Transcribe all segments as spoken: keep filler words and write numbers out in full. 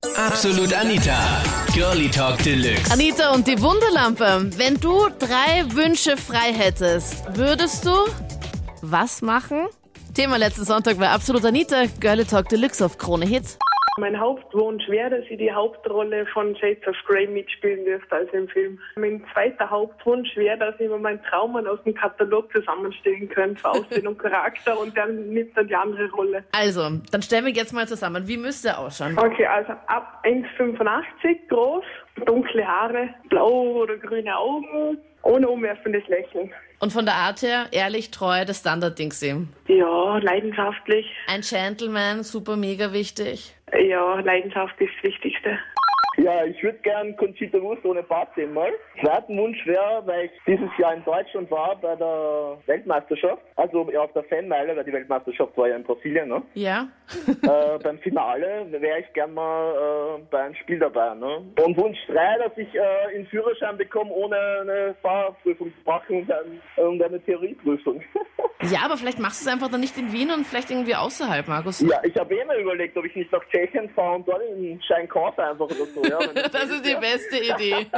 Absolut Anita, Girlie Talk Deluxe. Anita und die Wunderlampe. Wenn du drei Wünsche frei hättest, würdest du was machen? Thema letzten Sonntag war Absolut Anita, Girlie Talk Deluxe auf Krone Hit. Mein Hauptwunsch wäre, dass ich die Hauptrolle von Shades of Grey mitspielen dürfte, also im Film. Mein zweiter Hauptwunsch wäre, dass ich mir meinen Traummann aus dem Katalog zusammenstellen könnte, für Aussehen und Charakter, und der nimmt dann die andere Rolle. Also, dann stellen wir jetzt mal zusammen. Wie müsste er ausschauen? Okay, also ab eins Komma fünfundachtzig groß, dunkle Haare, blaue oder grüne Augen, ohne umwerfendes Lächeln. Und von der Art her, ehrlich, treu, das Standard-Dings ihm. Ja, leidenschaftlich. Ein Gentleman, super mega wichtig. Ja, Leidenschaft ist das Wichtigste. Ja, ich würde gern Conchita Wurst ohne Bart sehen mal. Zweiten Wunsch wäre, weil ich dieses Jahr in Deutschland war bei der Weltmeisterschaft, also ja, auf der Fanmeile, weil die Weltmeisterschaft war ja in Brasilien, ne? Ja. äh, beim Finale wäre ich gern mal äh, bei einem Spiel dabei, ne? Und Wunsch drei, dass ich äh, einen Führerschein bekomme, ohne eine Fahrprüfung zu machen und, ein, und eine Theorieprüfung. Ja, aber vielleicht machst du es einfach dann nicht in Wien und vielleicht irgendwie außerhalb, Markus. Ja, ich habe eh mal überlegt, ob ich nicht nach Tschechien fahre und dort einen Schein kaufe einfach oder so. Ja, das ist die beste Idee.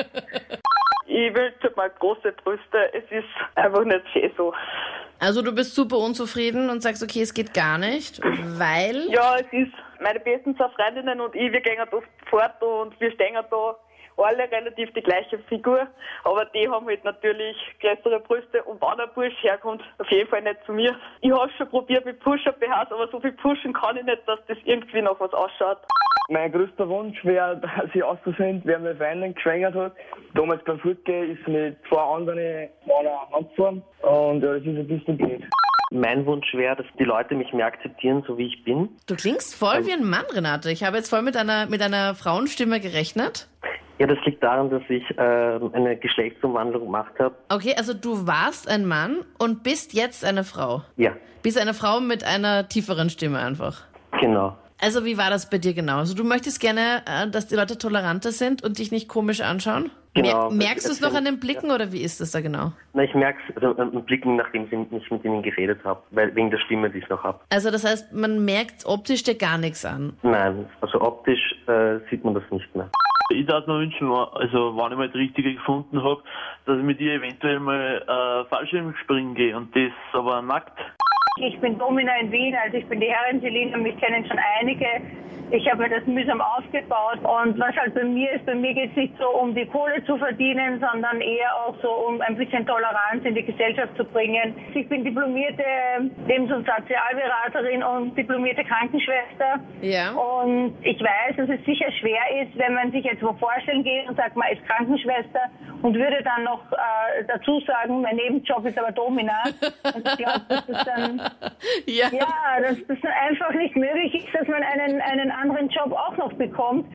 Ich will mal große Brüste, es ist einfach nicht schön so. Also du bist super unzufrieden und sagst, okay, es geht gar nicht, weil... Ja, es ist, meine besten zwei Freundinnen und ich, wir gehen da fort und wir stehen da alle relativ die gleiche Figur, aber die haben halt natürlich größere Brüste, und wenn ein Bursch herkommt, auf jeden Fall nicht zu mir. Ich habe schon probiert mit Push-Up-B Hs, aber so viel pushen kann ich nicht, dass das irgendwie noch was ausschaut. Mein größter Wunsch wäre, dass ich auszufinden, wer meine Freundin geschwängert hat. Damals beim Fortgehen ist mit zwei anderen meiner Hand gefahren, und ja, das ist ein bisschen blöd. Mein Wunsch wäre, dass die Leute mich mehr akzeptieren, so wie ich bin. Du klingst voll wie ein Mann, Renate. Ich habe jetzt voll mit einer, mit einer Frauenstimme gerechnet. Ja, das liegt daran, dass ich äh, eine Geschlechtsumwandlung gemacht habe. Okay, also du warst ein Mann und bist jetzt eine Frau. Ja. Bist eine Frau mit einer tieferen Stimme einfach. Genau. Also wie war das bei dir genau? Also du möchtest gerne, äh, dass die Leute toleranter sind und dich nicht komisch anschauen? Genau. Mer- merkst du es noch an den Blicken, ja, oder wie ist das da genau? Na, ich merke es also, an den Blicken, nachdem ich mit ihnen geredet habe, weil wegen der Stimme, die ich noch habe. Also das heißt, man merkt optisch dir gar nichts an? Nein, also optisch äh, sieht man das nicht mehr. Ich würde mir wünschen, also wenn ich mal die richtige gefunden habe, dass ich mit ihr eventuell mal äh, Fallschirm springen gehe, und das aber nackt. Ich bin Domina in Wien, also ich bin die Herrin Selina, mich kennen schon einige. Ich habe mir das mühsam aufgebaut, und was halt bei mir ist, bei mir geht es nicht so um die Kohle zu verdienen, sondern eher auch so um ein bisschen Toleranz in die Gesellschaft zu bringen. Ich bin diplomierte Lebens- und Sozialberaterin und diplomierte Krankenschwester. Ja. Und ich weiß, dass es sicher schwer ist, wenn man sich jetzt wo vorstellen geht und sagt, man ist Krankenschwester und würde dann noch äh, dazu sagen, mein Nebenjob ist aber Domina. Und ich glaube, dass das dann, ja, ja dass das dann einfach nicht möglich ist, dass man einen, einen anderen Job auch noch bekommt.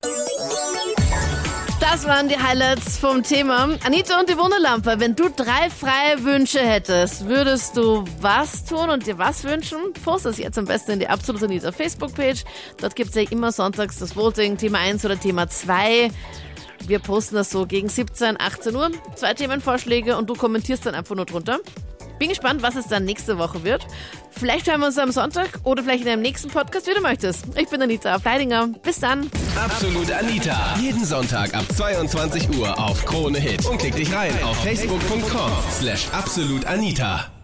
Das waren die Highlights vom Thema. Anita und die Wunderlampe, wenn du drei freie Wünsche hättest, würdest du was tun und dir was wünschen? Post es jetzt am besten in die Absolut Anita Facebook-Page. Dort gibt es ja immer sonntags das Voting, Thema eins oder Thema zwei. Wir posten das so gegen siebzehn, achtzehn Uhr. Zwei Themenvorschläge und du kommentierst dann einfach nur drunter. Bin gespannt, was es dann nächste Woche wird. Vielleicht hören wir uns am Sonntag oder vielleicht in einem nächsten Podcast, wie du möchtest. Ich bin Anita Fleidinger. Bis dann. Absolut Anita. Jeden Sonntag ab zweiundzwanzig Uhr auf Krone Hit. Und klick dich rein auf facebook punkt com slash absolutanita.